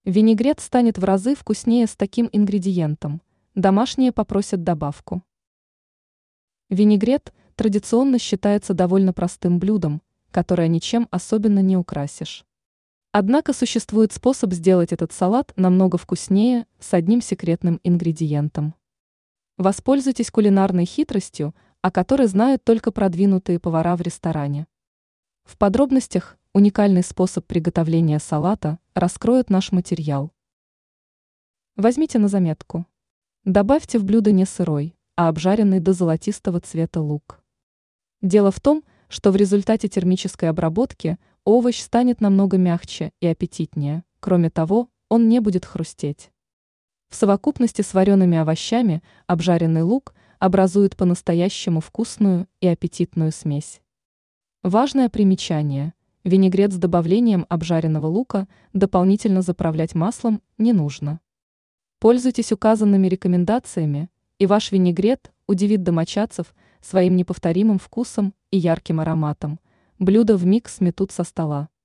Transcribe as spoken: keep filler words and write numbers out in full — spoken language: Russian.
Винегрет станет в разы вкуснее с таким ингредиентом. Домашние попросят добавку. Винегрет традиционно считается довольно простым блюдом, которое ничем особенно не украсишь. Однако существует способ сделать этот салат намного вкуснее с одним секретным ингредиентом. Воспользуйтесь кулинарной хитростью, о которой знают только продвинутые повара в ресторане. В подробностях уникальный способ приготовления салата раскроет наш материал. Возьмите на заметку. Добавьте в блюдо не сырой, а обжаренный до золотистого цвета лук. Дело в том, что в результате термической обработки овощ станет намного мягче и аппетитнее, кроме того, он не будет хрустеть. В совокупности с вареными овощами обжаренный лук образует по-настоящему вкусную и аппетитную смесь. Важное примечание: винегрет с добавлением обжаренного лука дополнительно заправлять маслом не нужно. Пользуйтесь указанными рекомендациями, и ваш винегрет удивит домочадцев своим неповторимым вкусом и ярким ароматом. Блюда вмиг сметут со стола.